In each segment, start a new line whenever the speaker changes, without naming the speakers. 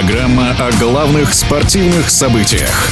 Программа о главных спортивных событиях.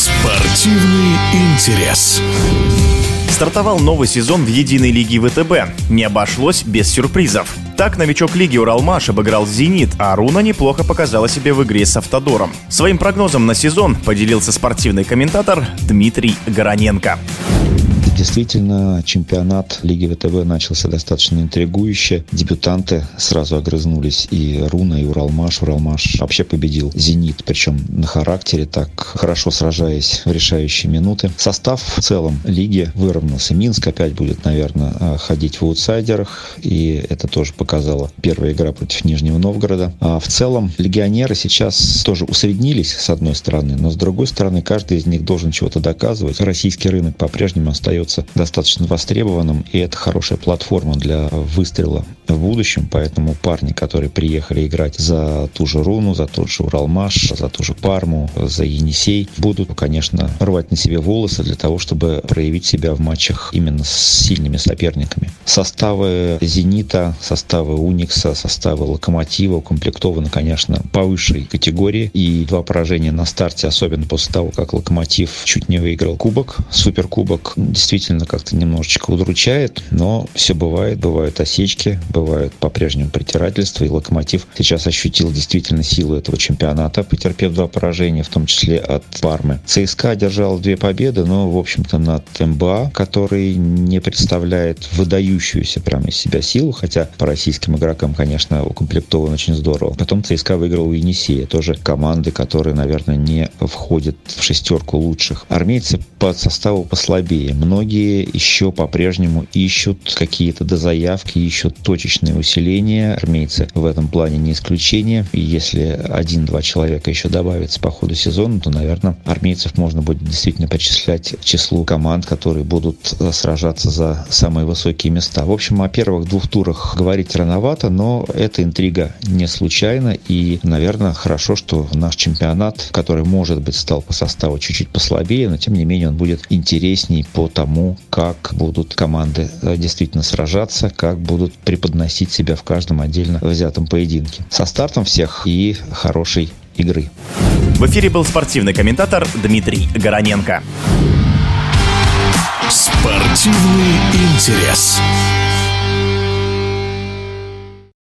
Спортивный интерес.
Стартовал новый сезон в единой лиге ВТБ. Не обошлось без сюрпризов. Так, новичок лиги «Уралмаш» обыграл «Зенит», а «Руна» неплохо показала себя в игре с «Автодором». Своим прогнозом на сезон поделился спортивный комментатор Дмитрий Гороненко.
Действительно, чемпионат Лиги ВТБ начался достаточно интригующе. Дебютанты сразу огрызнулись, и «Руна», и «Уралмаш». «Уралмаш» вообще победил «Зенит», причем на характере, так хорошо сражаясь в решающие минуты. Состав в целом лиги выровнялся. Минск опять будет, наверное, ходить в аутсайдерах, и это тоже показала первая игра против Нижнего Новгорода. А в целом легионеры сейчас тоже усреднились, с одной стороны, но с другой стороны, каждый из них должен чего-то доказывать. Российский рынок по-прежнему остается достаточно востребованным, и это хорошая платформа для выстрела в будущем, поэтому парни, которые приехали играть за ту же «Руну», за тот же «Уралмаш», за ту же «Парму», за «Енисей», будут, конечно, рвать на себе волосы для того, чтобы проявить себя в матчах именно с сильными соперниками. Составы «Зенита», составы «Уникса», составы «Локомотива» укомплектованы, конечно, по высшей категории, и 2 поражения на старте, особенно после того, как «Локомотив» чуть не выиграл кубок, суперкубок, действительно как-то немножечко удручает, но все бывает, бывают осечки, бывают по-прежнему притирательства, и «Локомотив» сейчас ощутил действительно силу этого чемпионата, потерпев 2 поражения, в том числе от «Пармы». ЦСКА одержал 2 победы, но, в общем-то, над МБА, который не представляет выдающуюся прямо из себя силу, хотя по российским игрокам, конечно, укомплектован очень здорово. Потом ЦСКА выиграл у «Енисея», тоже команды, которые, наверное, не входят в 6 лучших. Армейцы по составу послабее. Многие еще по-прежнему ищут какие-то дозаявки, ищут точечные усиления. Армейцы в этом плане не исключение. И если 1-2 человека еще добавится по ходу сезона, то, наверное, армейцев можно будет действительно причислять к числу команд, которые будут сражаться за самые высокие места. В общем, о первых 2 турах говорить рановато, но эта интрига не случайна. И, наверное, хорошо, что наш чемпионат, который, может быть, стал по составу чуть-чуть послабее, но, тем не менее, он будет интересней по тому, как будут команды действительно сражаться, как будут преподносить себя в каждом отдельно взятом поединке. Со стартом всех и хорошей игры.
В эфире был спортивный комментатор Дмитрий Гороненко.
Спортивный интерес.